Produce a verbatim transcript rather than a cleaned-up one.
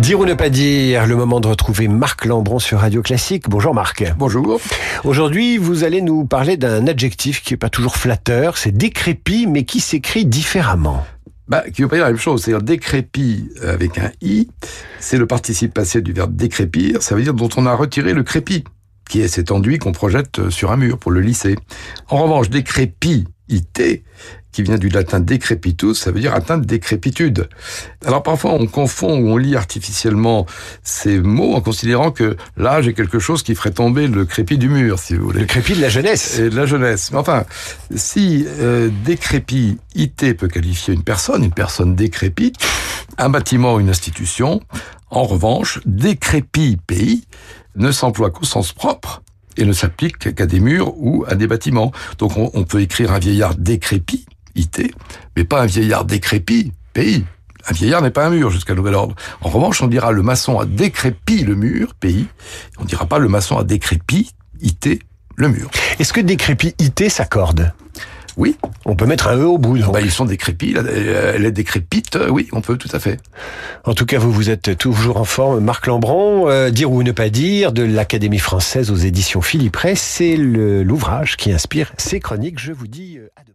Dire ou ne pas dire, le moment de retrouver Marc Lambron sur Radio Classique. Bonjour Marc. Bonjour. Aujourd'hui, vous allez nous parler d'un adjectif qui n'est pas toujours flatteur, c'est décrépit, mais qui s'écrit différemment. Bah, qui veut pas dire la même chose, c'est-à-dire décrépit avec un i, c'est le participe passé du verbe décrépir, ça veut dire dont on a retiré le crépi, qui est cet enduit qu'on projette sur un mur pour le lisser. En revanche, décrépité, qui vient du latin decrepitus, ça veut dire atteinte de décrépitude. Alors parfois on confond ou on lit artificiellement ces mots en considérant que l'âge est quelque chose qui ferait tomber le crépi du mur, si vous voulez. Le crépi de la jeunesse. Et de la jeunesse. Mais enfin, si euh, décrépité peut qualifier une personne, une personne décrépite, un bâtiment ou une institution, en revanche, décrépit pays ne s'emploie qu'au sens propre et ne s'applique qu'à des murs ou à des bâtiments. Donc on, on peut écrire un vieillard décrépit, I T, mais pas un vieillard décrépit, P I. Un vieillard n'est pas un mur jusqu'à nouvel ordre. En revanche, on dira le maçon a décrépi le mur, P I. On ne dira pas le maçon a décrépi, I T, le mur. Est-ce que décrépit I T s'accorde ? Oui. On peut mettre un E au bout, donc. Bah, ils sont décrépits, elle est décrépite, oui, on peut, tout à fait. En tout cas, vous, vous êtes toujours en forme. Marc Lambron, euh, Dire ou ne pas dire, de l'Académie française aux éditions Philippe Ray, c'est le, l'ouvrage qui inspire ces chroniques. Je vous dis euh, à demain.